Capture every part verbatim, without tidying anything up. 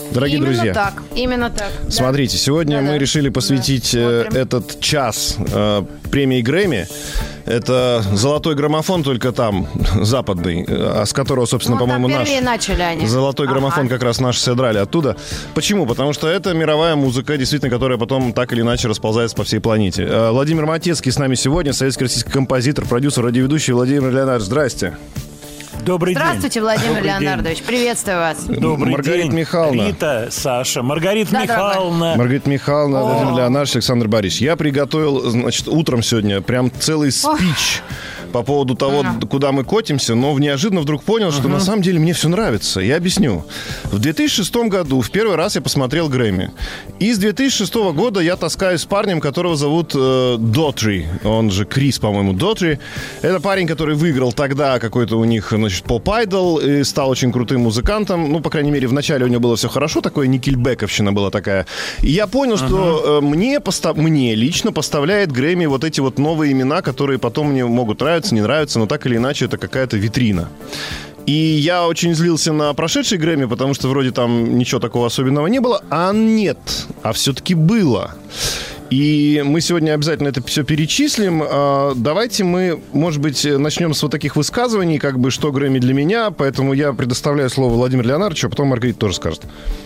Дорогие Именно друзья, так. Именно так. Смотрите, да. сегодня Да-да. мы решили посвятить да. этот час э, премии Грэмми. Это золотой граммофон, только там, западный, а с которого, собственно, ну, по-моему, наш... начали они. Золотой ага. граммофон как раз наши содрали оттуда. Почему? Потому что это мировая музыка, действительно, которая потом так или иначе расползается по всей планете. Э, Владимир Матецкий с нами сегодня, советский российский композитор, продюсер, радиоведущий Владимир Леонардович. Здрасте. Добрый Здравствуйте, день. Владимир Добрый Леонардович. день. Приветствую вас. Добрый Маргарита день. Михайловна. Рита, Саша. Маргарита да, Михайловна. Маргарита Михайловна, О. Владимир Леонардович, Александр Борисович. Я приготовил, значит, утром сегодня прям целый спич по поводу того, Ага. куда мы котимся, но неожиданно вдруг понял, что Ага. на самом деле мне все нравится. Я объясню. В две тысячи шестом году в первый раз я посмотрел Грэмми. И с две тысячи шестого года я таскаюсь с парнем, которого зовут э, Дотри. Он же Крис, по-моему, Дотри. Это парень, который выиграл тогда какой-то у них, значит, поп-айдол и стал очень крутым музыкантом. Ну, по крайней мере, вначале у него было все хорошо. Такое никельбековщина была такая. И я понял, ага. что э, мне, поста- мне лично поставляет Грэмми вот эти вот новые имена, которые потом мне могут нравиться, не нравится, но так или иначе это какая-то витрина. И я очень злился на прошедший Грэмми, потому что вроде там ничего такого особенного не было, а нет, а все-таки было. И мы сегодня обязательно это все перечислим. Давайте мы, может быть, начнем с вот таких высказываний, как бы, что Грэмми для меня, поэтому я предоставляю слово Владимиру Леонардовичу, а потом Маргарита тоже скажет.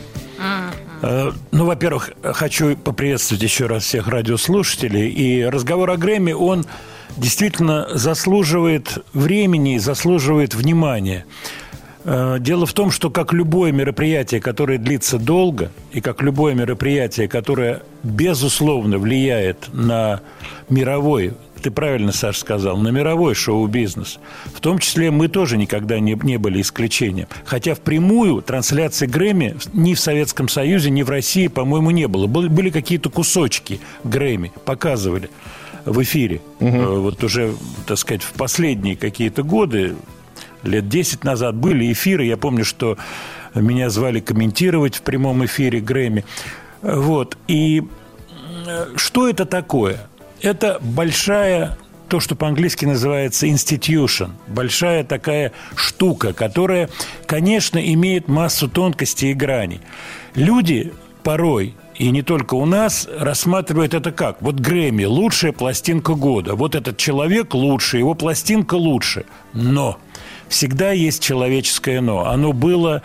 Ну, во-первых, хочу поприветствовать еще раз всех радиослушателей. И разговор о Грэмми, он действительно заслуживает времени, заслуживает внимания. Дело в том, что как любое мероприятие, которое длится долго, и как любое мероприятие, которое, безусловно, влияет на мировой, ты правильно, Саша, сказал, на мировой шоу-бизнес, в том числе мы тоже никогда не, не были исключением. Хотя впрямую трансляции Грэмми ни в Советском Союзе, ни в России, по-моему, не было. Были, были какие-то кусочки Грэмми, показывали в эфире. Угу. Вот уже, так сказать, в последние какие-то годы, лет десять назад были эфиры. Я помню, что меня звали комментировать в прямом эфире Грэмми. Вот. И что это такое? Это большая, то, что по-английски называется institution, большая такая штука, которая, конечно, имеет массу тонкостей и граней. Люди порой, и не только у нас, рассматривают это как? Вот Грэмми – лучшая пластинка года. Вот этот человек лучше, его пластинка лучше. Но всегда есть человеческое «но». Оно было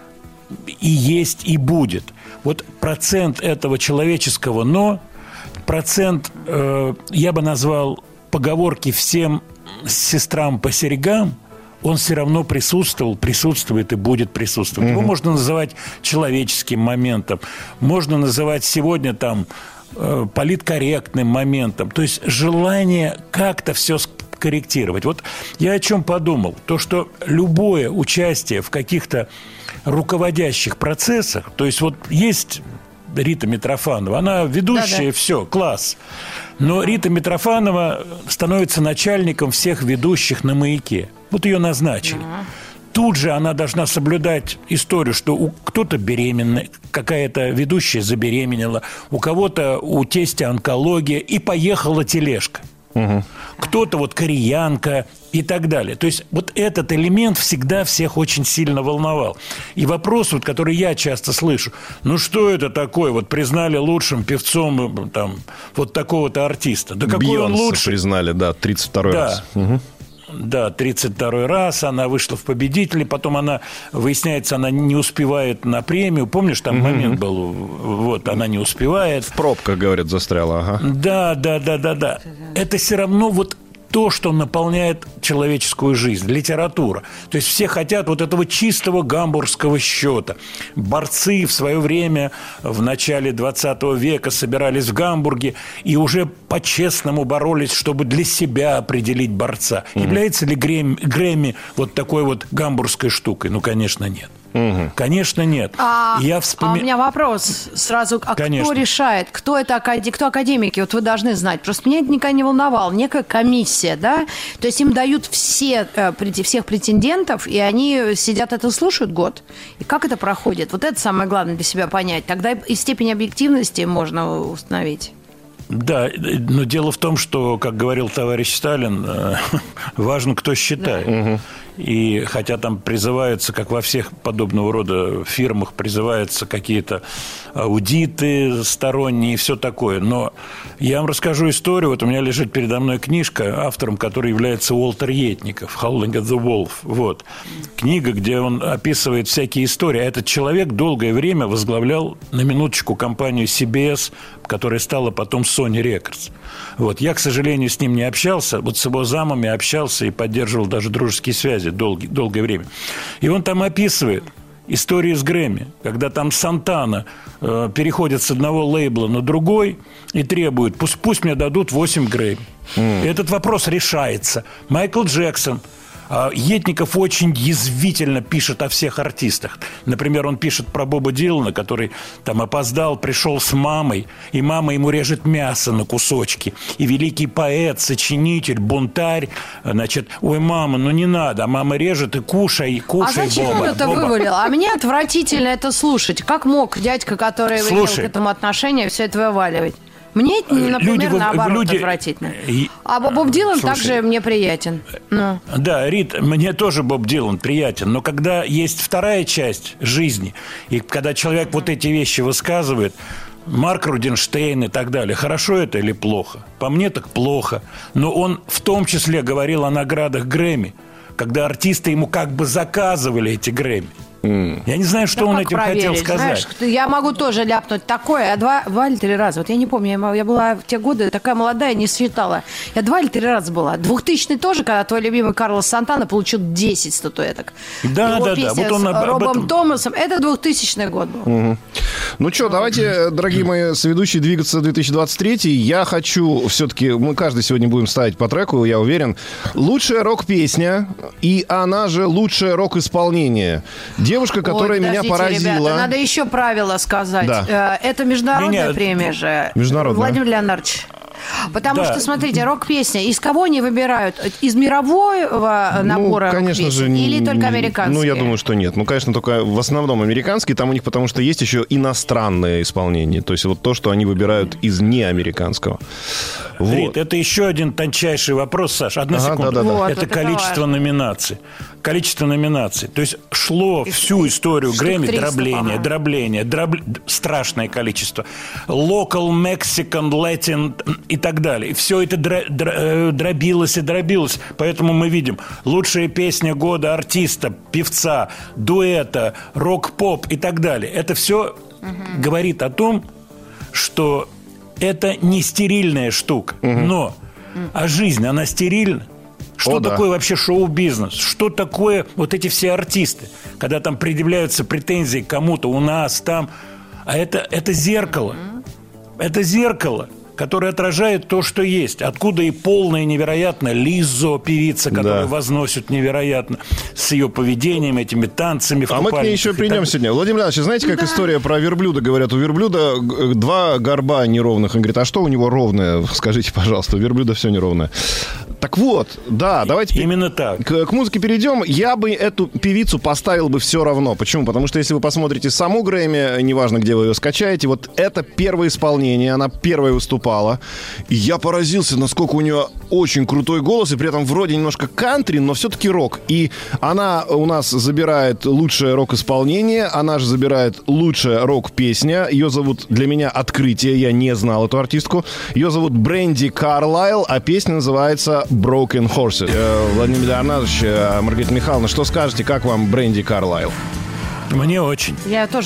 и есть, и будет. Вот процент этого человеческого «но», процент, э, я бы назвал поговорки «всем сестрам по серьгам», он все равно присутствовал, присутствует и будет присутствовать. Его mm-hmm. можно называть человеческим моментом, можно называть сегодня там э, политкорректным моментом. То есть желание как-то все скорректировать. Вот я о чем подумал. То, что любое участие в каких-то руководящих процессах, то есть вот есть Рита Митрофанова, она ведущая, да-да. Все, класс. Но Рита Митрофанова становится начальником всех ведущих на «Маяке». Вот ее назначили. Uh-huh. Тут же она должна соблюдать историю, что у кто-то беременна, какая-то ведущая забеременела, у кого-то у тестя онкология, и поехала тележка. Угу. Кто-то вот кореянка и так далее. То есть вот этот элемент всегда всех очень сильно волновал. И вопрос, вот, который я часто слышу: ну что это такое? Вот признали лучшим певцом там, вот такого-то артиста. Да какой Бейонсе он лучший? Признали, да, тридцать второй да. раз. Угу. Да, тридцать второй раз она вышла в победители, потом она, выясняется, она не успевает на премию. Помнишь, там mm-hmm. момент был, вот, она не успевает. В пробках, говорят, застряла, ага. Да, да, да, да, да. Это все равно вот то, что наполняет человеческую жизнь, литература. То есть все хотят вот этого чистого гамбургского счета. Борцы в свое время, в начале двадцатого века, собирались в Гамбурге и уже по-честному боролись, чтобы для себя определить борца. Mm-hmm. Является ли Грэмми, Грэмми вот такой вот гамбургской штукой? Ну, конечно, нет. Угу. Конечно, нет. А, Я вспоми... а у меня вопрос сразу. А Конечно. Кто решает? Кто это акад... кто академики? Вот вы должны знать. Просто меня это никогда не волновало. Некая комиссия, да? То есть им дают все, всех претендентов, и они сидят это слушают год. И как это проходит? Вот это самое главное для себя понять. Тогда и степень объективности можно установить. Да, но дело в том, что, как говорил товарищ Сталин, важно, кто считает. Да. Угу. И хотя там призываются, как во всех подобного рода фирмах, призываются какие-то аудиты сторонние и все такое. Но я вам расскажу историю. Вот у меня лежит передо мной книжка, автором которой является Уолтер Йетников, «Howling at the Wolf». Вот. Книга, где он описывает всякие истории. А этот человек долгое время возглавлял, на минуточку, компанию си би эс, которая стала потом Sony Records. Вот. Я, к сожалению, с ним не общался. Вот с его замами общался и поддерживал даже дружеские связи долгие, долгое время. И он там описывает истории с Грэмми, когда там Сантана э, переходит с одного лейбла на другой и требует, пусть, пусть мне дадут восемь Грэмми. Mm. Этот вопрос решается. Майкл Джексон. Йетников очень язвительно пишет о всех артистах. Например, он пишет про Боба Дилана, который там опоздал, пришел с мамой, и мама ему режет мясо на кусочки. И великий поэт, сочинитель, бунтарь, значит, ой, мама, ну не надо, а мама режет и кушай, кушай, а зачем Боба. он это Боба. вывалил? А мне отвратительно это слушать. Как мог дядька, который имел к этому отношение, все это вываливать? Мне, например, люди, наоборот, люди... отвратительно. А Боб Дилан Слушай, также мне приятен. Ну. Да, Рит, мне тоже Боб Дилан приятен. Но когда есть вторая часть жизни, и когда человек вот эти вещи высказывает, Марк Руденштейн и так далее, хорошо это или плохо? По мне так плохо. Но он в том числе говорил о наградах Грэмми, когда артисты ему как бы заказывали эти Грэмми. Mm. Я не знаю, что да он этим проверить? хотел сказать. Знаешь, я могу тоже ляпнуть такое. А два, два или три раза. Вот я не помню, я, я была в те годы такая молодая, не считала. Я два или три раза была. Двухтысячный тоже, когда твой любимый Карлос Сантана получил десять статуэток. Да, Его да, песня да. Вот он с об, Робом об этом... Томасом. Это двухтысячный год был. Mm-hmm. Ну что, давайте, дорогие мои соведущие, двигаться в две тысячи двадцать третий. Я хочу все-таки, мы каждый сегодня будем ставить по треку, я уверен. Лучшая рок-песня, и она же лучшее рок-исполнение. Девушка, которая Ой, меня поразила. Ребята, надо еще правила сказать. Да. Это международная Меня... премия же. Международная. Владимир Леонардович. Потому да. что, смотрите, рок-песня, из кого они выбирают? Из мирового набора ну, конечно рок-песен? же, Или только американские? Ну, я думаю, что нет. Ну, конечно, только в основном американские. Там у них, потому что есть еще иностранное исполнение. То есть вот то, что они выбирают из неамериканского. Вот. Рит, это еще один тончайший вопрос, Саш. Одна ага, секунда. Да, да, да. Вот, это, это количество важно. номинаций. Количество номинаций. То есть шло и, всю историю Грэмми дробление, дробление, дробление, страшное количество. Local, Mexican, Latin и так далее. И все это дро, дро, дробилось и дробилось. Поэтому мы видим лучшая песня года артиста, певца, дуэта, рок-поп и так далее. Это все угу. говорит о том, что это не стерильная штука. Угу. Но а жизнь, она стерильна. Что О, такое да. вообще шоу-бизнес? Что такое вот эти все артисты? Когда там предъявляются претензии к кому-то у нас, там. А это, это зеркало. Это зеркало, которое отражает то, что есть. Откуда и полная невероятно Лиззо, певица, которую да. возносят невероятно с ее поведением, этими танцами. А мы к ней еще придем сегодня. Владимир Ильич, знаете, как да. история про верблюда? Говорят, у верблюда два горба неровных. Он говорит, а что у него ровное? Скажите, пожалуйста, у верблюда все неровное. Так вот, да, давайте именно так. К, к музыке перейдем. Я бы эту певицу поставил бы все равно. Почему? Потому что если вы посмотрите саму Грэмми, неважно, где вы ее скачаете, вот это первое исполнение, она первая выступала. И я поразился, насколько у нее очень крутой голос, и при этом вроде немножко кантри, но все-таки рок. И она у нас забирает лучшее рок-исполнение, она же забирает лучшая рок-песня. Ее зовут для меня «Открытие», я не знал эту артистку. Ее зовут Брэнди Карлайл, а песня называется Broken Horses. Э, Владимир Леонардович, э, Маргарита Михайловна, что скажете, как вам Брэнди Карлайл? Мне очень. Я тоже...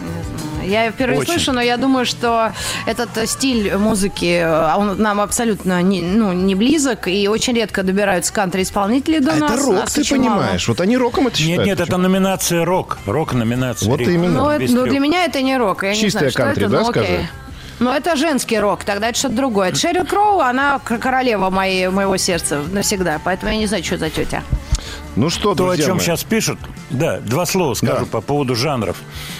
Я впервые Очень. слышу, но я думаю, что этот стиль музыки, он нам абсолютно не, ну, не близок, и очень редко добираются кантри-исполнители до а нас. Это рок, нас ты понимаешь. Мало. Вот они роком это считают. Нет, нет, почему? это номинация рок. Рок-номинация. Вот именно. Ну, это, ну, для меня это не рок. Я Чистая не знаю, кантри, что да, это, скажи? Окей. Ну, это женский рок, тогда это что-то другое. Шерил Кроу, она королева моей, моего сердца навсегда, поэтому я не знаю, что за тетя. Ну что, То, о чем мои. сейчас пишут, да, два слова скажу да. по поводу жанров.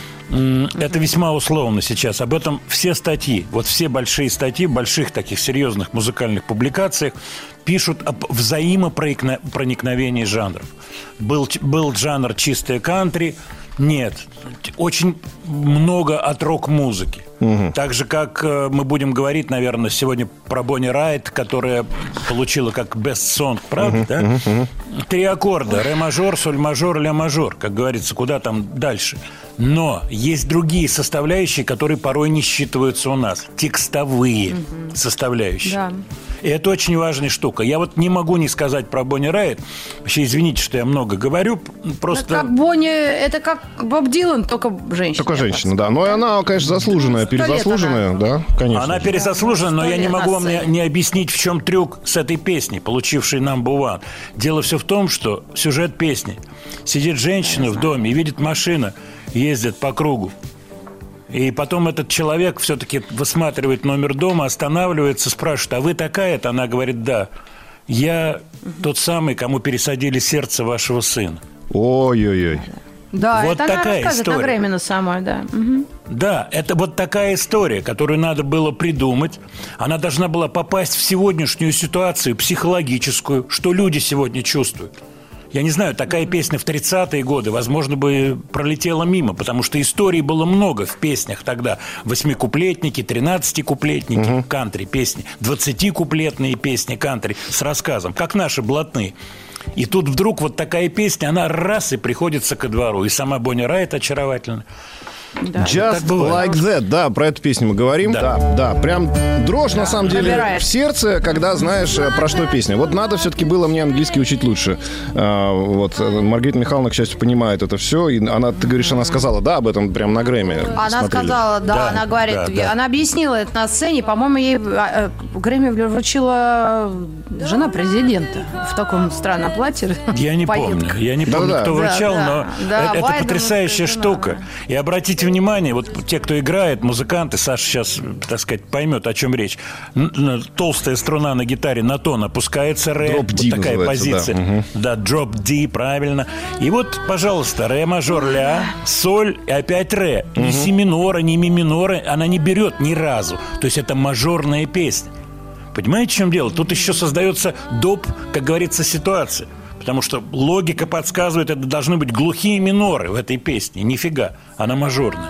Это весьма условно сейчас. Об этом все статьи, вот все большие статьи в больших таких серьезных музыкальных публикациях пишут об взаимопроникновении жанров. Был, был жанр чистое кантри, Нет, очень много от рок-музыки. Угу. Так же, как мы будем говорить, наверное, сегодня про Бонни Райт, которая получила как best song, правда, угу, да? Угу. Три аккорда: ре мажор, соль мажор, ля мажор. Как говорится, куда там дальше. Но есть другие составляющие, которые порой не считываются у нас. Текстовые угу. составляющие. Да. И это очень важная штука. Я вот не могу не сказать про Бонни Райт. Вообще, извините, что я много говорю. Просто... Это как Бонни, это как Боб Дилан, только женщина. Только женщина, да. Но и она, конечно, заслуженная, перезаслуженная, она. Да, конечно. Она перезаслуженная, но я не могу вам не, не объяснить, в чем трюк с этой песней, получившей number one. Дело все в том, что сюжет песни. Сидит женщина в доме и видит машину, ездит по кругу. И потом этот человек все-таки высматривает номер дома, останавливается, спрашивает: а вы такая-то? Она говорит: да, я тот самый, кому пересадили сердце вашего сына. Ой-ой-ой. Да, вот это такая она история. Временно самой, да. Угу. Да, это вот такая история, которую надо было придумать. Она должна была попасть в сегодняшнюю ситуацию психологическую, что люди сегодня чувствуют. Я не знаю, такая песня в тридцатые годы, возможно, бы пролетела мимо, потому что историй было много в песнях тогда. Восьмикуплетники, тринадцатикуплетники, угу. кантри песни, двадцатикуплетные песни кантри с рассказом, как наши блатные. И тут вдруг вот такая песня, она раз и приходится ко двору. И сама Бонни Райт очаровательна. Да. Just like that, да, про эту песню мы говорим. Да, да, да. Прям дрожь, да, на самом деле, набирает в сердце, когда знаешь, про что песня. Вот надо все-таки было мне английский учить лучше. А, вот, Маргарита Михайловна, к счастью, понимает это все. И она, ты говоришь, она сказала, да, об этом прям на Грэмми. Она смотрели. сказала, да, да, она говорит, да, да. Она объяснила это на сцене. По-моему, ей Грэмми вручила жена президента в таком странном платье. Я не помню, я не помню, да, кто да. вручал, да, но да, это, это потрясающая штука. И обратите внимание, вот те, кто играет, музыканты, Саша сейчас, так сказать, поймет, о чем речь. Толстая струна на гитаре на тон опускается, ре, вот такая позиция. Да, угу. да, дроп ди, правильно. И вот, пожалуйста, ре мажор, ля, соль и опять ре. Угу. Ни си минора, ни ми минора она не берет ни разу. То есть это мажорная песня. Понимаете, в чем дело? Тут еще создается доп, как говорится, ситуация. Потому что логика подсказывает, это должны быть глухие миноры в этой песне. Нифига, она мажорная.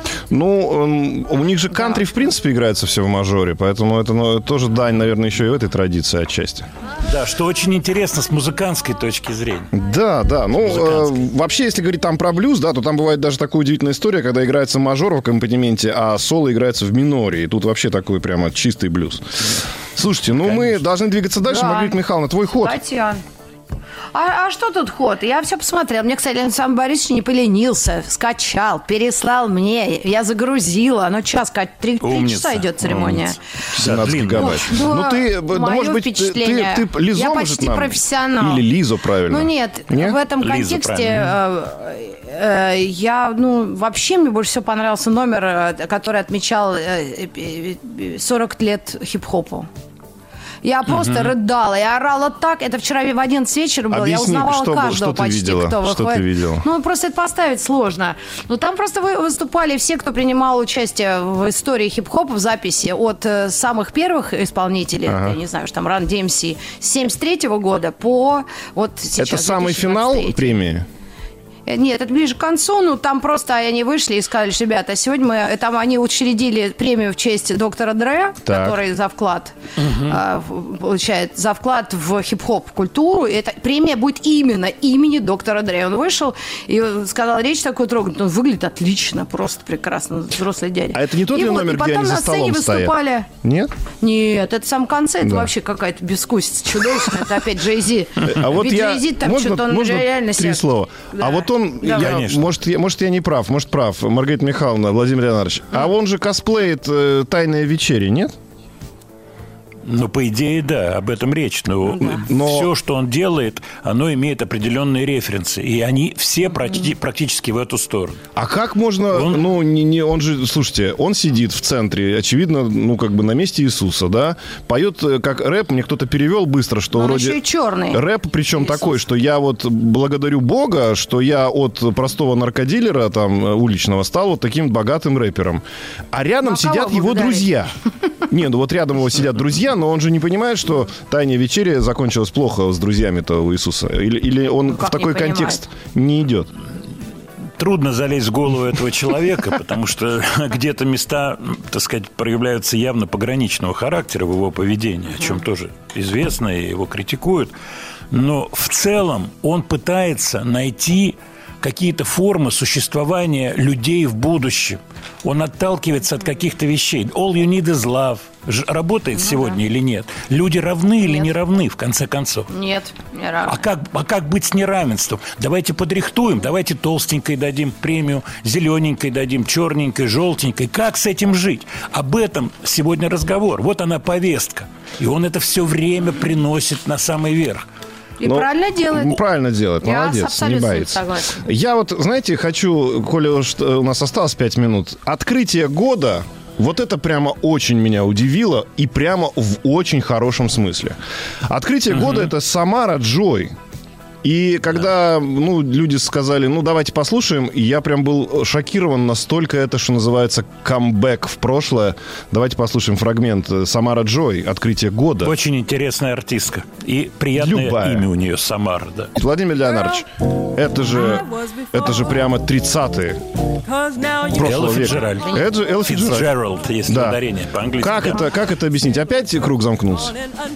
Ну, у них же кантри, в принципе, играется все в мажоре. Поэтому это ну, тоже дань, наверное, еще и в этой традиции отчасти. Да, что очень интересно с музыкантской точки зрения. Да, да. Ну, э, вообще, если говорить там про блюз, да, то там бывает даже такая удивительная история, когда играется мажор в аккомпанементе, а соло играется в миноре. И тут вообще такой прямо чистый блюз. Слушайте, ну Конечно. мы должны двигаться дальше. Да. Маргарита Михайловна, твой ход. Татьяна. А, а что тут ход? Я все посмотрела. Мне, кстати, Александр Борисович не поленился. Скачал, переслал мне. Я загрузила. Ну, час, три, три часа идет церемония. семнадцать гигабайт. Ну, ну ты, да, может быть, ты, ты, ты Лизо, я почти нам? профессионал. Или Лизо, правильно? Ну, нет, нет? в этом Лиза, контексте э, э, я, ну, вообще мне больше всего понравился номер, который отмечал э, сорок лет хип-хопу. Я просто uh-huh. рыдала, я орала так. Это вчера в одиннадцать вечера было. Объясни, я узнавала что, каждого что почти, видела? кто что выходит. Ты видела? Ну, просто это поставить сложно. Но там просто выступали все, кто принимал участие в истории хип-хопа в записи. От э, самых первых исполнителей, uh-huh. я не знаю, что там, Run ди эм си, с семьдесят третьего года по вот сейчас. Это самый финал премии? Нет, это ближе к концу, ну, там просто они вышли и сказали, что, ребята, сегодня мы, там они учредили премию в честь доктора Дре, так. который за вклад, угу. а, получает, за вклад в хип-хоп культуру. Эта премия будет именно имени доктора Дре. Он вышел и сказал речь такую трогательную, он выглядит отлично, просто прекрасно, взрослый дядя. А это не тот ли вот, номер, где они за столом выступали... стоят? Нет? Нет, это в самом конце, это да. вообще какая-то безвкусица чудовищная, это опять Джей-Зи. А вот я... Джей-Зи, так что-то он реально три слова. А вот он, я, может, я, может, я не прав, может, прав, Маргарита Михайловна, Владимир Леонардович. Mm. А он же косплеит э, «Тайная вечеря», нет? Ну, по идее, да, об этом речь. Но, да. но все, что он делает, оно имеет определенные референсы. И они все практи- практически в эту сторону. А как можно... Он... Ну, не, не, он же, слушайте, он сидит в центре, очевидно, ну, как бы на месте Иисуса, да? Поет как рэп, мне кто-то перевел быстро, что он вроде... еще и черный. Рэп, причем Иисус. такой, что я вот благодарю Бога, что я от простого наркодилера, там, уличного, стал вот таким богатым рэпером. А рядом ну, сидят его друзья. Не, ну вот рядом его сидят друзья, но он же не понимает, что «Тайная вечеря» закончилась плохо с друзьями-то у Иисуса. Или, или он ну, в такой контекст не идет? Трудно залезть в голову этого человека, потому что где-то места, так сказать, проявляются явно пограничного характера в его поведении, о чем тоже известно, и его критикуют. Но в целом он пытается найти какие-то формы существования людей в будущем. Он отталкивается от каких-то вещей. All you need is love. Работает ну, сегодня да. или нет? Люди равны нет. или не равны, в конце концов? Нет, не равны. А как, а как быть с неравенством? Давайте подрихтуем, давайте толстенькой дадим премию, зелененькой дадим, черненькой, желтенькой. Как с этим жить? Об этом сегодня разговор. Вот она повестка. И он это все время приносит на самый верх. И но правильно делает. Правильно делает, я молодец, не боится. Согласен. Я вот, знаете, хочу, коли у нас осталось пять минут, открытие года, вот это прямо очень меня удивило, и прямо в очень хорошем смысле. Открытие угу. года — это Самара Джой. И когда ну, люди сказали, ну, давайте послушаем, я прям был шокирован, настолько это, что называется, камбэк в прошлое. Давайте послушаем фрагмент Самара Джой, открытие года. Очень интересная артистка. И приятное Любая. имя у нее Самара, да. Владимир Леонардович, это же, это же прямо тридцатые прошлого века. Это же Элла Фицджеральд, если да. ударение по-английски. Как, да. это, как это объяснить? Опять круг замкнулся?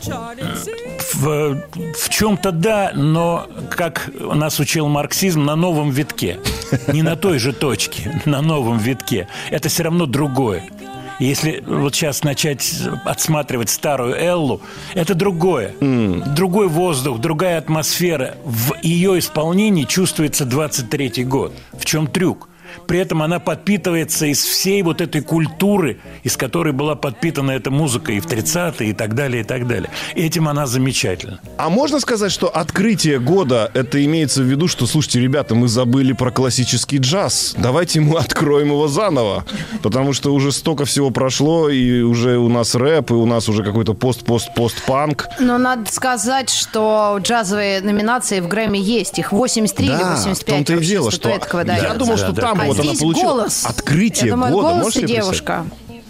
В, в чем-то да, но, как нас учил марксизм, на новом витке. Не на той же точке, на новом витке. Это все равно другое. Если вот сейчас начать отсматривать старую Эллу, это другое. Mm. Другой воздух, другая атмосфера. В ее исполнении чувствуется двадцать третий год. В чем трюк? При этом она подпитывается из всей вот этой культуры, из которой была подпитана эта музыка и в тридцатые, и так далее, и так далее. Этим она замечательна. А можно сказать, что открытие года, это имеется в виду, что, слушайте, ребята, мы забыли про классический джаз. Давайте мы откроем его заново. Потому что уже столько всего прошло, и уже у нас рэп, и у нас уже какой-то пост-пост-пост-панк. Но надо сказать, что джазовые номинации в Грэмми есть. Их восемьдесят три да, или восемьдесят пять. В том-то и дело, что я думал, что да, там а вот здесь она получила голос. Открытие Я думаю, года. голос и девушка.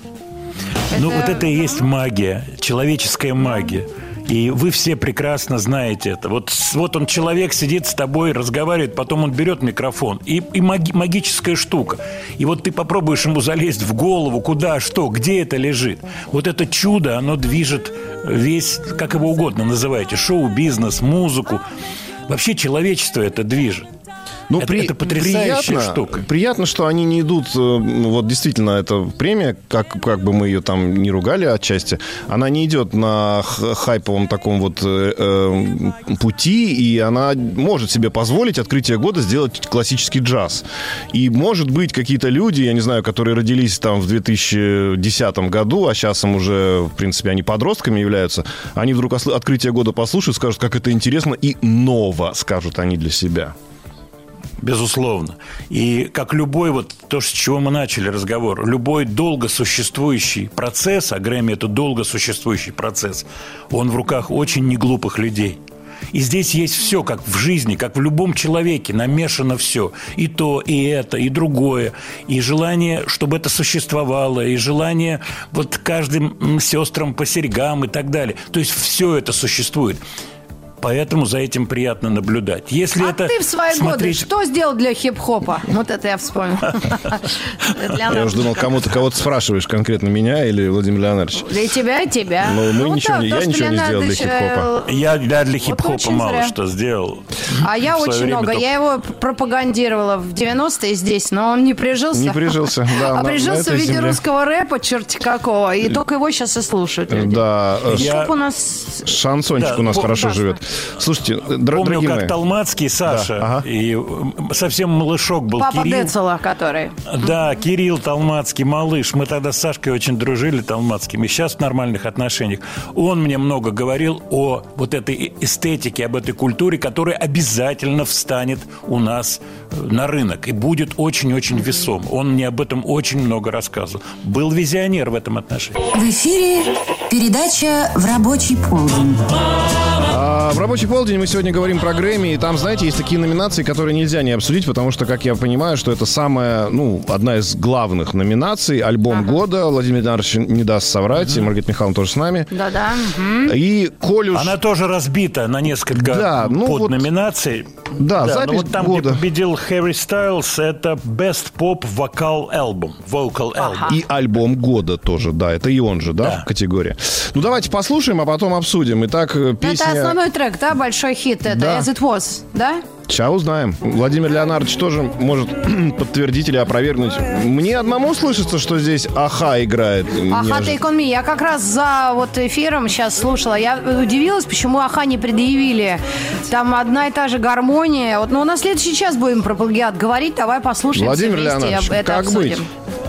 Ну, это... вот это и есть магия, человеческая магия. И вы все прекрасно знаете это. Вот, вот он, человек, сидит с тобой, разговаривает, потом он берет микрофон. И, и маги, магическая штука. И вот ты попробуешь ему залезть в голову, куда, что, где это лежит. Вот это чудо, оно движет весь, как его угодно называйте, шоу-бизнес, музыку. Вообще человечество это движет. Ну, это, при, это потрясающая приятно, штука. Приятно, что они не идут... Вот действительно, эта премия, как, как бы мы ее там не ругали отчасти, она не идет на хайповом таком вот э, пути, и она может себе позволить открытие года сделать классический джаз. И, может быть, какие-то люди, я не знаю, которые родились там в две тысячи десятом году, а сейчас им уже, в принципе, они подростками являются, они вдруг открытие года послушают, скажут, как это интересно и ново, скажут они для себя. Безусловно. И как любой, вот то, с чего мы начали разговор, любой долго существующий процесс, а Грэмми – это долго существующий процесс, он в руках очень неглупых людей. И здесь есть все, как в жизни, как в любом человеке, намешано все. И то, и это, и другое. И желание, чтобы это существовало, и желание вот каждым сестрам по серьгам и так далее. То есть все это существует. Поэтому за этим приятно наблюдать. Если а это ты в свои смотреть... годы что сделал для хип-хопа? Вот это я вспомнил. Я уже думал, кому-то кого-то спрашиваешь, конкретно меня или Владимир Леонардович. Для тебя и тебя. Но мы ничего не, я ничего не сделал для хип-хопа. Я для хип-хопа мало что сделал. А я очень много. Я его пропагандировала в девяностые здесь, но он не прижился. Не прижился, да. А прижился в виде русского рэпа, черти какого. И только его сейчас и слушают люди. Да. Хип-хоп у нас... Шансончик у нас хорошо живет. Слушайте, дор- Помню, как мои. Толмацкий Саша, да, ага. и совсем малышок был Папа Кирилл. Децела, который. Да, Кирилл Толмацкий, малыш. Мы тогда с Сашкой очень дружили, Толмацким, и сейчас в нормальных отношениях. Он мне много говорил о вот этой эстетике, об этой культуре, которая обязательно встанет у нас на рынок и будет очень-очень весом. Он мне об этом очень много рассказывал. Был визионер в этом отношении. В эфире передача «В рабочий полдень». В рабочий полдень мы сегодня говорим про Грэмми, и там, знаете, есть такие номинации, которые нельзя не обсудить, потому что, как я понимаю, что это самая, ну, одна из главных номинаций. Альбом ага. года. Владимир Леонардович не даст соврать, и Маргарита Михайловна тоже с нами. Да-да. И коль уж... Она тоже разбита на несколько да, ну подноминаций. Вот, да, да, запись вот там, года. Где победил Harry Styles, это Best Pop Vocal Album. Vocal Album. Ага. И альбом года тоже, да. Это и он же, да, да, в категории. Ну, давайте послушаем, а потом обсудим. Итак, песня... Это основной трек, да, большой хит. Это да. As It Was, да? Сейчас узнаем. Владимир Леонардович тоже может подтвердить или опровергнуть. Мне одному слышится, что здесь Аха играет. Аха, Take On Me. Я как раз за вот эфиром сейчас слушала. Я удивилась, почему Аха не предъявили. Там одна и та же гармония. Вот, ну, на следующий час будем про плагиат говорить. Давай послушаем. Владимир Леонардович, это как обсудим. быть?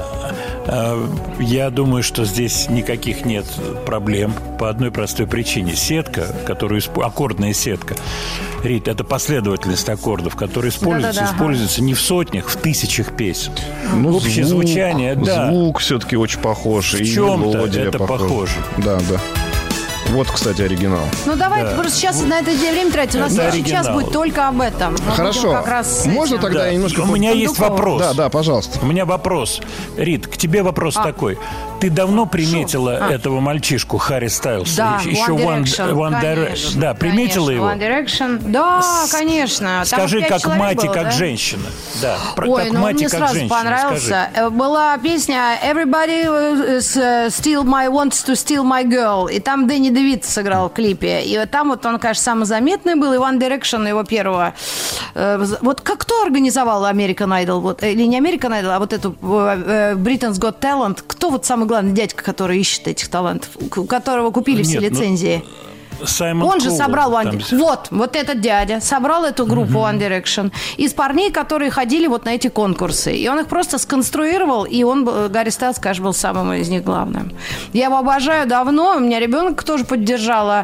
Я думаю, что здесь никаких нет проблем по одной простой причине. Сетка, которую аккордная сетка, Рит, это последовательность аккордов, которые используются, Да-да-да, используются ага. не в сотнях, в тысячах песен. Ну, общее звук, звучание, да. Звук все-таки очень похож. В чем-то это похоже. Да, да. Вот, кстати, оригинал. Ну, давайте да. просто сейчас вот. на это время тратить. У нас это сейчас оригинал. будет только об этом. Мы Хорошо. Как раз можно этим. тогда да. я немножко... У меня есть вопрос. Да, да, пожалуйста. У меня вопрос. Рит, к тебе вопрос а. такой. Ты давно приметила а. этого мальчишку Харри Стайлса? Да, еще One Direction. One Direction. Да, приметила конечно, его? One Direction. Да, С... конечно. Скажи, как мать было, и как да? женщина. Да, Ой, как ну мать мне и как сразу женщина. понравился. Скажи. Была песня Everybody steal my, wants to steal my girl. И там Дэнни Девит сыграл в клипе. И там вот он, конечно, самый заметный был. И One Direction его первого. Вот как кто организовал American Idol? Вот, или не American Idol, а вот эту Britain's Got Talent. Кто вот самый главный дядька, который ищет этих талантов? У которого купили Нет, все лицензии? Ну... Саймон Он же Коул, собрал One там... Вот, вот этот дядя собрал эту группу uh-huh. One Direction из парней, которые ходили вот на эти конкурсы. И он их просто сконструировал, и он, Гарри Стайлс, конечно, был самым из них главным. Я его обожаю давно. У меня ребенок тоже поддержала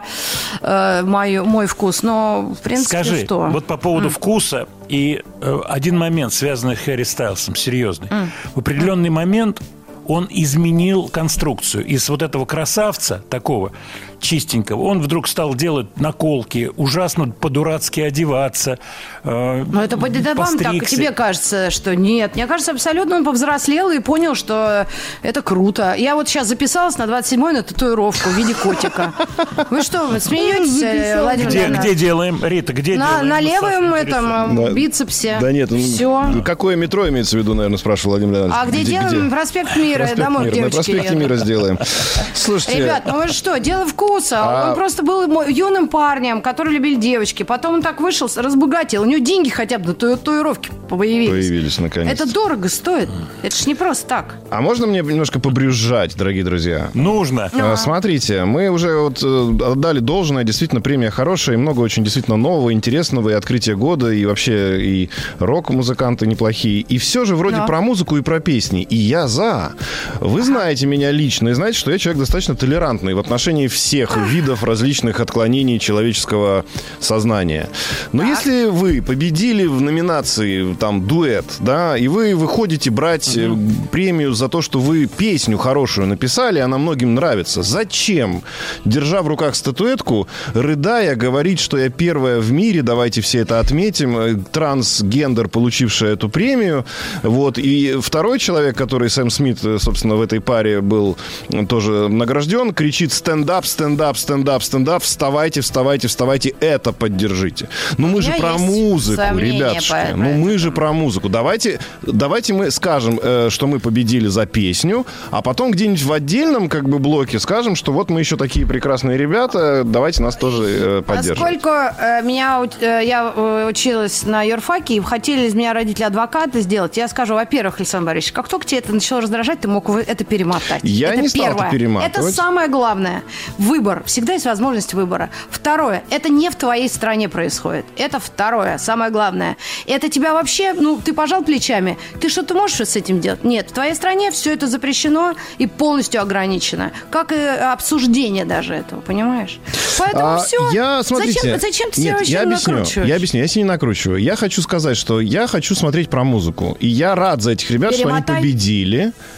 э, мою, мой вкус. Но, в принципе, Скажи, что? вот по поводу mm. вкуса и э, один момент, связанный с Харри Стайлсом, серьезный. Mm. В определенный mm. момент он изменил конструкцию. Из вот этого красавца, такого чистенького, он вдруг стал делать наколки, ужасно по-дурацки одеваться. Э, Но это, это вам так, тебе кажется, что нет. Мне кажется, абсолютно он повзрослел и понял, что это круто. Я вот сейчас записалась на двадцать седьмой на татуировку в виде котика. Вы что, вы смеетесь, Владимир где, где делаем, Рита, где на, делаем? На левом этом да. бицепсе. Да нет, все. Какое метро имеется в виду, наверное, спрашивал Владимир Леонидович. А где, где делаем? Где? Проспект Мира. Проспект Домой Мира. девочки. На проспекте Мира сделаем. Слушайте. Ребят, ну вы что, дело вкуса. А... Он просто был юным парнем, который любили девочки. Потом он так вышел, разбогател. У него деньги хотя бы на татуировки появились. Появились, наконец. Это дорого стоит. Это ж не просто так. А можно мне немножко побрюзжать, дорогие друзья? Нужно. А, смотрите, мы уже вот отдали должное. Действительно, премия хорошая. И много очень действительно нового, интересного. И открытие года. И вообще и рок-музыканты неплохие. И все же вроде Но. про музыку и про песни. И я за. Вы знаете меня лично. И знаете, что я человек достаточно толерантный в отношении всех видов различных отклонений человеческого сознания. Но так. если вы победили в номинации там дуэт, да, и вы выходите брать угу. премию за то, что вы песню хорошую написали, она многим нравится, зачем, держа в руках статуэтку, рыдая, говорить, что я первая в мире, давайте все это отметим, трансгендер, получившая эту премию, вот, и второй человек, который, Сэм Смит, собственно, в этой паре был тоже награжден, кричит «стендап, стендап, стендап, стендап, вставайте, вставайте, вставайте, это поддержите». Ну мы же про музыку, ребятушки. Ну мы же про музыку. Давайте, давайте мы скажем, э, что мы победили за песню, а потом где-нибудь в отдельном как бы блоке скажем, что вот мы еще такие прекрасные ребята, давайте нас тоже э, поддерживать. Поскольку э, меня, э, я училась на юрфаке, и хотели из меня родители адвоката сделать, я скажу, во-первых, Александр Борисович, как только тебе это начало раздражать, ты мог это перемотать. Я это не стал это перематывать. Это самое главное. Выбор. Всегда есть возможность выбора. Второе. Это не в твоей стране происходит. Это второе. Самое главное. Это тебя вообще, ну, ты пожал плечами. Ты что-то можешь с этим делать? Нет. В твоей стране все это запрещено и полностью ограничено. Как и обсуждение даже этого. Понимаешь? Поэтому а, все. Я, смотрите, зачем, зачем ты нет, себя вообще я объясню, накручиваешь? Я объясню. Я себя не накручиваю. Я хочу сказать, что я хочу смотреть про музыку. И я рад за этих ребят, Перемотай. что они победили.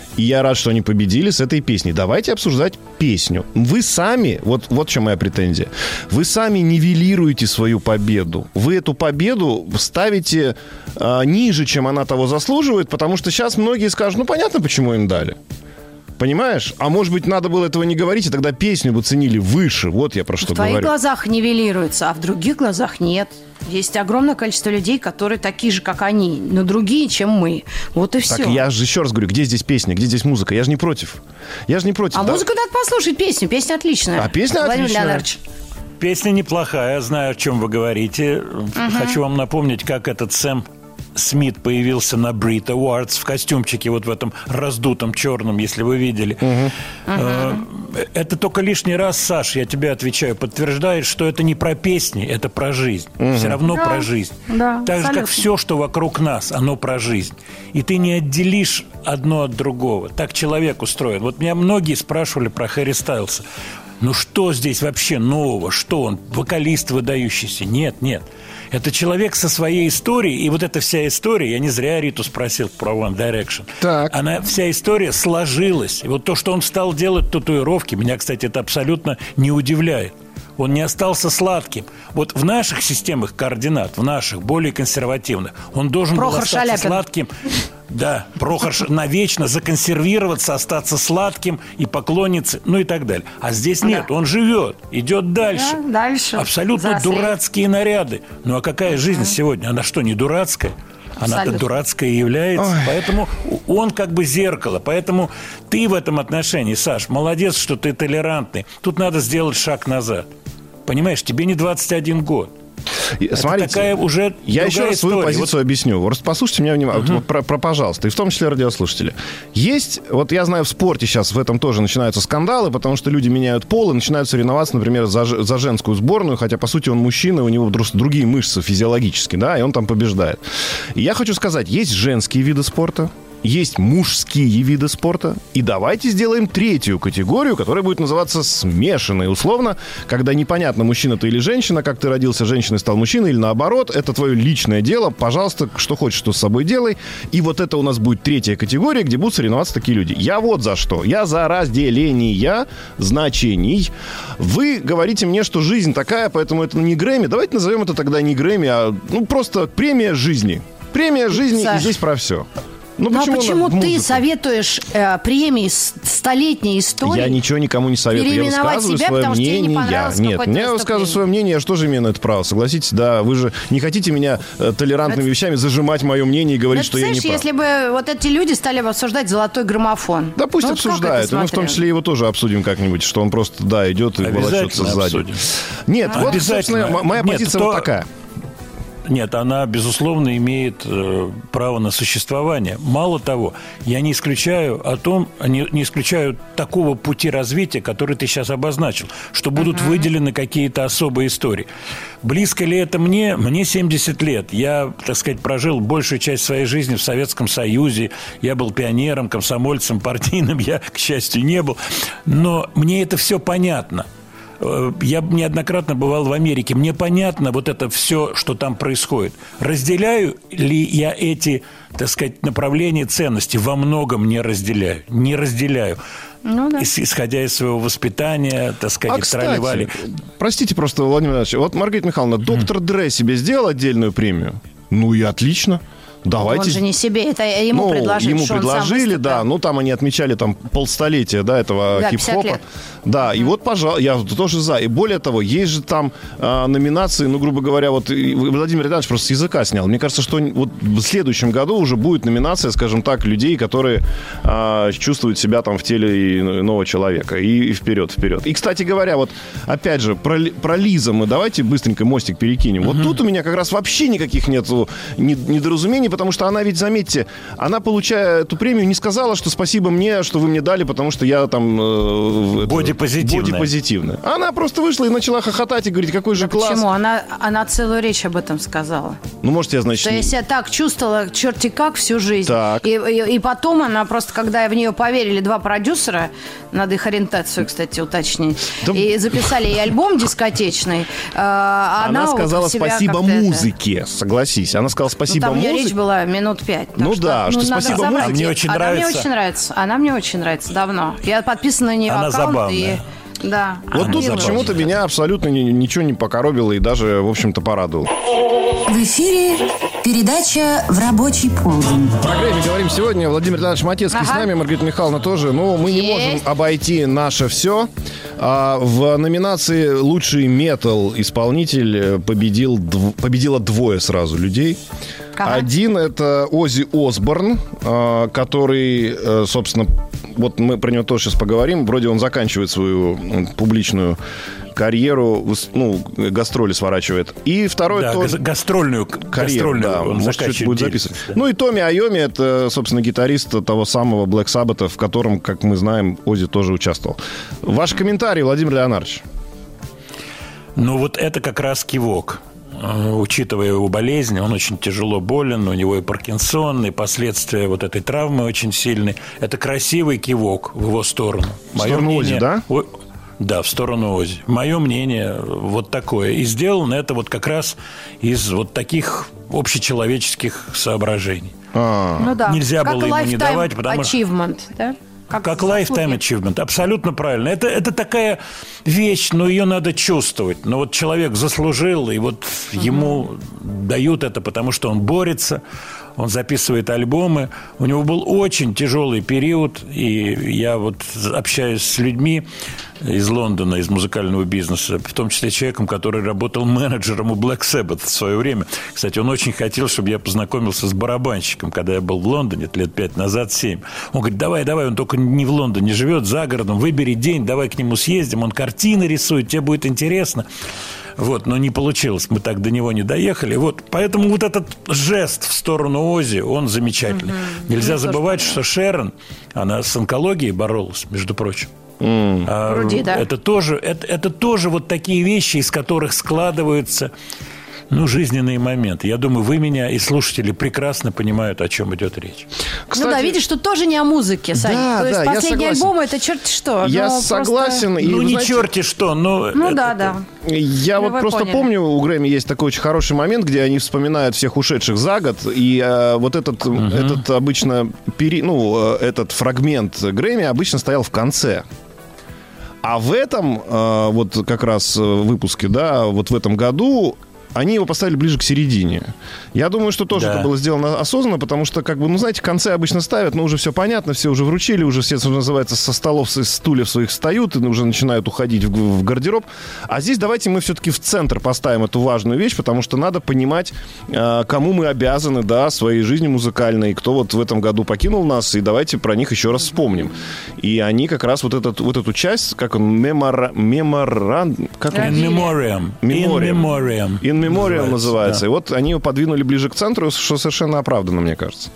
И я рад, что они победили с этой песней. Давайте обсуждать песню. Вы сами, вот, вот в чем моя претензия, вы сами нивелируете свою победу. Вы эту победу ставите а, ниже, чем она того заслуживает, потому что сейчас многие скажут, ну, понятно, почему им дали. Понимаешь? А может быть, надо было этого не говорить, и тогда песню бы ценили выше. Вот я про что говорю. В твоих глазах нивелируется, а в других глазах нет. Есть огромное количество людей, которые такие же, как они, но другие, чем мы. Вот и все. Так я же еще раз говорю, где здесь песня, где здесь музыка? Я же не против. Я же не против. А да? музыку надо послушать, песню. Песня отличная. А песня Владимир отличная. Леонардович. Песня неплохая, я знаю, о чем вы говорите. Uh-huh. Хочу вам напомнить, как этот Сэм Смит появился на Brit Awards в костюмчике вот в этом раздутом черном, если вы видели. Uh-huh. Uh-huh. Это только лишний раз, Саш, я тебе отвечаю, подтверждает, что это не про песни, это про жизнь. Uh-huh. Все равно да. про жизнь. Да, так абсолютно. же, как все, что вокруг нас, оно про жизнь. И ты не отделишь одно от другого. Так человек устроен. Вот меня многие спрашивали про Хэри Стайлса. Ну что здесь вообще нового? Что он? Вокалист выдающийся? Нет, нет. Это человек со своей историей, и вот эта вся история, я не зря Риту спросил про One Direction. Так. Она, вся история сложилась. И вот то, что он стал делать татуировки, меня, кстати, это абсолютно не удивляет. Он не остался сладким. Вот в наших системах координат, в наших, более консервативных, он должен Прохор был остаться Шаляпин. сладким. Да, Прохор навечно законсервироваться, остаться сладким и поклониться, ну и так далее. А здесь нет, да. он живет, идет дальше. Да, дальше. Абсолютно Взрослеет. Дурацкие наряды. Ну а какая жизнь uh-huh. сегодня? Она что, не дурацкая? Она-то дурацкая и является. Ой. Поэтому он как бы зеркало. Поэтому ты в этом отношении, Саш, молодец, что ты толерантный. Тут надо сделать шаг назад. Понимаешь, тебе не двадцать один год. Смотрите, такая уже я еще раз свою история. позицию вот... объясню. Просто послушайте меня внимательно. Uh-huh. Вот про, про, пожалуйста, и в том числе радиослушатели. Есть, вот я знаю, в спорте сейчас в этом тоже начинаются скандалы, потому что люди меняют пол и начинают соревноваться, например, за, за женскую сборную, хотя, по сути, он мужчина, у него просто другие мышцы физиологические, да, и он там побеждает. И я хочу сказать, есть женские виды спорта, есть мужские виды спорта, и давайте сделаем третью категорию, которая будет называться смешанной. Условно, когда непонятно, мужчина ты или женщина, как ты родился женщиной, стал мужчиной, или наоборот, это твое личное дело, пожалуйста, что хочешь, что с собой делай. И вот это у нас будет третья категория, где будут соревноваться такие люди. Я вот за что. Я за разделение значений. Вы говорите мне, что жизнь такая, поэтому это не Грэмми. Давайте назовем это тогда не Грэмми, а ну, просто премия жизни. Премия жизни, Саш, и здесь про все. Ну, ну почему, а почему ты советуешь э, премии столетней истории? Я ничего никому не советую. Я высказываю себя, свое мнение. Не я. Нет, я высказываю свое мнение. Я что же имею на это право? Согласитесь, да. Вы же не хотите меня э, толерантными это... вещами зажимать мое мнение и говорить, это, что я не прав. Если бы вот эти люди стали бы обсуждать золотой граммофон. Да пусть ну, обсуждают. Мы в том числе его тоже обсудим как-нибудь, что он просто, да, идет и волочется сзади. Обсудим. Нет, а? вот, собственно, моя Нет, позиция то... вот такая. Нет, она, безусловно, имеет э, право на существование. Мало того, я не исключаю о том, не, не исключаю такого пути развития, который ты сейчас обозначил, что будут uh-huh. выделены какие-то особые истории. Близко ли это мне? Мне семьдесят лет. Я, так сказать, прожил большую часть своей жизни в Советском Союзе. Я был пионером, комсомольцем, партийным. Я, к счастью, не был. Но мне это все понятно. Я неоднократно бывал в Америке. Мне понятно вот это все, что там происходит. Разделяю ли я эти, так сказать, направления ценностей? Во многом не разделяю. Не разделяю. Ну, да. Исходя из своего воспитания, так сказать, а, кстати, простите просто, Владимир Иванович, вот Маргарита Михайловна, доктор Дре себе сделал отдельную премию? Ну и отлично. Давайте. Он же не себе, это ему ну, предложили. Ему предложили, да. Ну, там они отмечали там полстолетия, да, этого да, хип-хопа. Да, mm-hmm. и вот, пожалуйста, я тоже за. И более того, есть же там а, номинации, ну, грубо говоря, вот Владимир Иванович просто с языка снял. Мне кажется, что вот в следующем году уже будет номинация, скажем так, людей, которые а, чувствуют себя там в теле иного человека. И, и вперед, вперед. И, кстати говоря, вот, опять же, про, про Лиза мы давайте быстренько мостик перекинем. Mm-hmm. Вот тут у меня как раз вообще никаких нет недоразумений, потому что она ведь, заметьте, она, получая эту премию, не сказала, что спасибо мне, что вы мне дали, потому что я там... Э, бодипозитивная. Бодипозитивная. Она просто вышла и начала хохотать и говорить, какой же да класс. Почему? Она, она целую речь об этом сказала. Ну, может, я, значит... Что я себя так чувствовала, черти как, всю жизнь. Так. И, и, и потом она просто, когда в нее поверили два продюсера, надо их ориентацию, кстати, уточнить, да... и записали ей альбом дискотечный, она, она сказала вот спасибо музыке, это... согласись. Она сказала спасибо ну, там музыке. речь была минут пять. Ну что, да, что ну, спасибо музыке. А мне очень Она нравится. мне очень нравится. Она мне очень нравится давно. Я подписана на нее Она аккаунт. забавная. И... Да. Вот Она тут забавная. почему-то меня абсолютно ни- ничего не покоробило и даже, в общем-то, порадовало. В эфире передача «В рабочий полдень». Про Грэмми говорим сегодня. Владимир Леонидович Матецкий Ага. с нами, Маргарита Михайловна тоже. Ну, мы не Есть. можем обойти наше все. А, в номинации «Лучший метал-исполнитель» победил, дв- победило двое сразу людей. Ага. Один — это Оззи Осборн, а, который, э, собственно, вот мы про него тоже сейчас поговорим. Вроде он заканчивает свою м, публичную карьеру, выс- ну, гастроли сворачивает. И второй Да, тоже... гас- гастрольную, Карьеру, гастрольную да, он может, что-то заканчивает будет деятельность, записывать. да. Ну и Томми Айоми, это, собственно, гитарист того самого Black Sabbath, в котором, как мы знаем, Оззи тоже участвовал. Ваш комментарий, Владимир Леонардович. Ну, вот это как раз кивок. Э, Учитывая его болезнь, он очень тяжело болен, у него и Паркинсон, и последствия вот этой травмы очень сильные. Это красивый кивок в его сторону. В сторону Оззи, да? О- Да, в сторону Оззи. Мое мнение вот такое. И сделано это вот как раз из вот таких общечеловеческих соображений. А, Ну да. Нельзя как было ему не lifetime давать, потому что- achievement, да? Как заслуги. lifetime achievement, абсолютно правильно. Это, это такая вещь, но ее надо чувствовать. Но вот человек заслужил, и вот ему дают это, потому что он борется, он записывает альбомы. У него был очень тяжелый период, и я вот общаюсь с людьми из Лондона, из музыкального бизнеса, в том числе человеком, который работал менеджером у Black Sabbath в свое время. Кстати, он очень хотел, чтобы я познакомился с барабанщиком, когда я был в Лондоне лет пять назад, семь. Он говорит, давай, давай, он только не в Лондоне живет, за городом, выбери день, давай к нему съездим, он картины рисует, тебе будет интересно. Вот, но не получилось, мы так до него не доехали. Вот, поэтому вот этот жест в сторону Оззи, он замечательный. Угу. Нельзя Мне забывать, тоже что Шерон, она с онкологией боролась, между прочим. А, Груди, да. это, тоже, это, это тоже вот такие вещи, из которых складываются ну, жизненные моменты. Я думаю, вы меня и слушатели прекрасно понимают, о чем идет речь. кстати, Ну да, видишь, тут тоже не о музыке, Сань. Да, То есть да, я последний согласен. альбом — это черт что. я но просто- согласен. И, ну, вы не знаете, черти что, но... Ну это- да, да. Я Ну, вот вы просто поняли. помню, у Грэмми есть такой очень хороший момент, где они вспоминают всех ушедших за год, и э, вот этот, этот обычно, пери, ну, э, этот фрагмент Грэмми обычно стоял в конце. А в этом, э, вот как раз э, выпуске, да, вот в этом году они его поставили ближе к середине. Я думаю, что тоже Да. это было сделано осознанно, потому что, как бы, ну, знаете, в конце обычно ставят, но уже все понятно, все уже вручили, уже все, что называется, со столов, со стульев своих встают и уже начинают уходить в, в гардероб. А здесь давайте мы все-таки в центр поставим эту важную вещь, потому что надо понимать, э, кому мы обязаны, да, своей жизнью музыкальной, кто вот в этом году покинул нас, и давайте про них еще раз вспомним. И они как раз вот, этот, вот эту часть, как он, мемора, меморан... Как он? In memoriam. In Memoriam. memoriam. In Memoriam называется. Да. И вот они ее подвинули ближе к центру, что совершенно оправданно, мне кажется.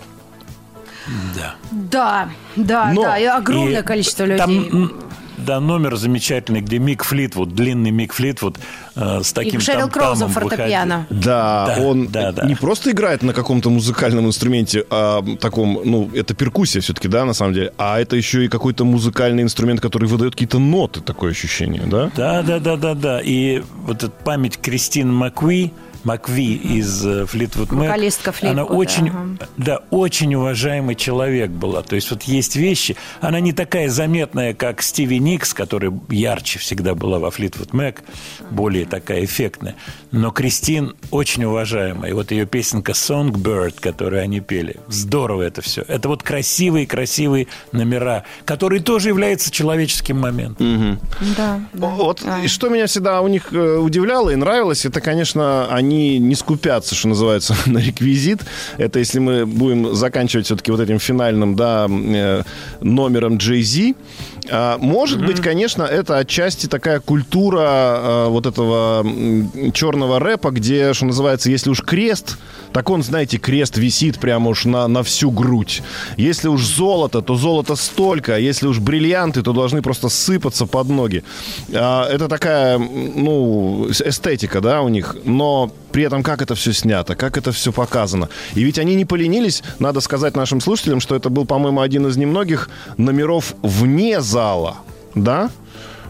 Да. Да, да, Но- да. И огромное И количество людей. там, м, да, номер замечательный, где Мик Флитвуд, длинный Мик Флитвуд э, с таким И Шерил Кроу за там-тамом фортепиано. Да, Да, он да, да. не просто играет на каком-то музыкальном инструменте, а таком, ну, это перкуссия все-таки, да, на самом деле, а это еще и какой-то музыкальный инструмент, который выдает какие-то ноты, такое ощущение, да? Да, да, да, да, да. И вот эта память Кристин Макви, Макви из Флитвуд Мэк, Вокалистка Флитвуд, она очень, ага. да, очень уважаемый человек была. То есть вот есть вещи, она не такая заметная, как Стиви Никс, которая ярче всегда была во Флитвуд Мэк, более такая эффектная. Но Кристин очень уважаемая. И вот ее песенка Songbird, которую они пели, здорово это все. Это вот красивые-красивые номера, которые тоже являются человеческим моментом. Да, да. Вот А. и что меня всегда у них э, удивляло и нравилось, это, конечно, они не скупятся, что называется, на реквизит. Это если мы будем заканчивать все-таки вот этим финальным, да, э, номером Jay-Z. А, может mm-hmm. быть, конечно, это отчасти такая культура э, вот этого м, черного рэпа, где, что называется, если уж крест, так он, знаете, крест висит прямо уж на, на всю грудь. Если уж золото, то золото столько, а если уж бриллианты, то должны просто сыпаться под ноги. А, это такая, ну, эстетика, да, у них, но при этом как это все снято, как это все показано. И ведь они не поленились, надо сказать нашим слушателям, что это был, по-моему, один из немногих номеров вне зала, да?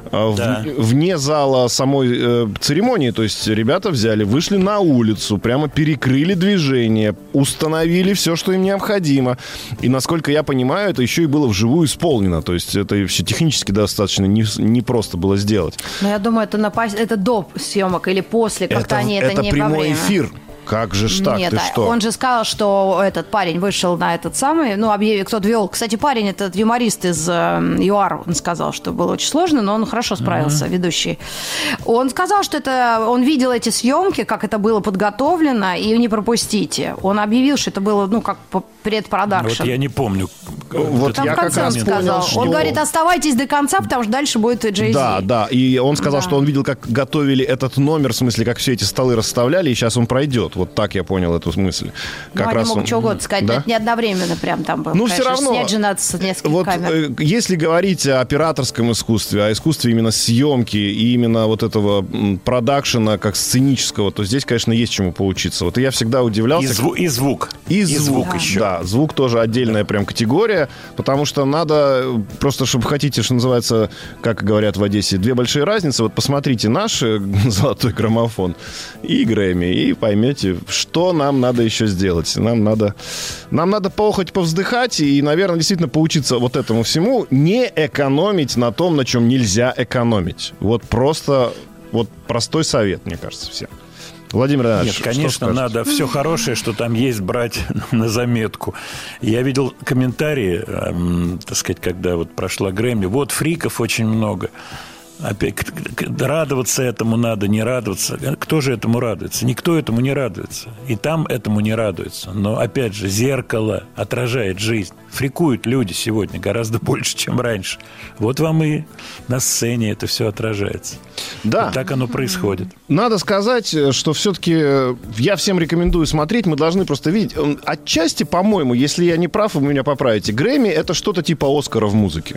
Да. В, вне зала самой э, церемонии. То есть ребята взяли, вышли на улицу, прямо перекрыли движение, установили все, что им необходимо. И, насколько я понимаю, это еще и было вживую исполнено. То есть это все технически достаточно не, не просто было сделать. Но я думаю, это, на, это до съемок или после, как-то это, они это, это не прямой во время. эфир. Как же ж так, Нет, ты что? Он же сказал, что этот парень вышел на этот самый, ну, объявил, кто-то вел. Кстати, парень, этот юморист из э, ЮАР, он сказал, что было очень сложно, но он хорошо справился, mm-hmm. ведущий. Он сказал, что это, он видел эти съемки, как это было подготовлено, и не пропустите. Он объявил, что это было, ну, как предпродакшн. Вот я не помню. Вот Там я в конце как он раз сказал. понял, что... Он говорит, оставайтесь до конца, потому что дальше будет Джей Зи. Да, да, и он сказал, да. что он видел, как готовили этот номер, в смысле, как все эти столы расставляли, и сейчас он пройдет. Вот так я понял эту мысль. Как ну, раз они могут он... что угодно сказать, да? это не одновременно прям там было. Ну, конечно, все равно. Снять же надо с нескольких вот, камер. э, если говорить о операторском искусстве, о искусстве именно съемки и именно вот этого м, продакшена как сценического, то здесь, конечно, есть чему поучиться. Вот и я всегда удивлялся. И, зву- и звук. И, и звук, звук да. еще. Да, звук тоже отдельная прям категория, потому что надо, просто чтобы хотите, что называется, как говорят в Одессе, две большие разницы. Вот посмотрите наш золотой граммофон и Грэмми, и поймете, что нам надо еще сделать. Нам надо, нам надо поохоть, повздыхать и, наверное, действительно поучиться вот этому всему, не экономить на том, на чем нельзя экономить. Вот просто, вот простой совет, мне кажется, всем. Владимир Иванович, Нет, конечно, надо все хорошее, что там есть, брать на заметку. Я видел комментарии, эм, так сказать, когда вот прошла Грэмми. Вот фриков очень много. Опять, радоваться этому надо, не радоваться. Кто же этому радуется? Никто этому не радуется. И там этому не радуется. Но, опять же, зеркало отражает жизнь. Фрикуют люди сегодня гораздо больше, чем раньше. Вот вам и на сцене это все отражается. Да. И так оно происходит. Надо сказать, что все-таки я всем рекомендую смотреть. Мы должны просто видеть. Отчасти, по-моему, если я не прав, вы меня поправите, Грэмми — это что-то типа Оскара в музыке.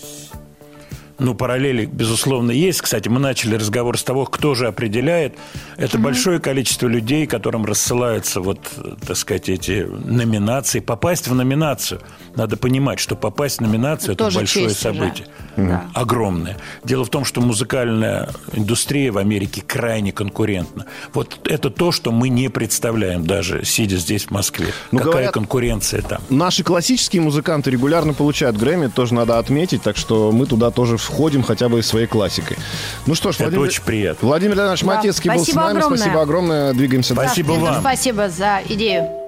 Ну, параллели, безусловно, есть. Кстати, мы начали разговор с того, кто же определяет. Это mm-hmm. большое количество людей, которым рассылаются, вот, так сказать, эти номинации. Попасть в номинацию. Надо понимать, что попасть в номинацию – это большое событие. Mm-hmm. Огромное. Дело в том, что музыкальная индустрия в Америке крайне конкурентна. Вот это то, что мы не представляем, даже сидя здесь, в Москве. Ну, какая говорят, конкуренция там. Наши классические музыканты регулярно получают Грэмми, тоже надо отметить, так что мы туда тоже входим хотя бы своей классикой. Ну что ж, это Владимир, очень приятно. Владимир Леонидович да. Матецкий был с нами. Огромное. Спасибо огромное. Двигаемся спасибо дальше. вам. Спасибо за идею.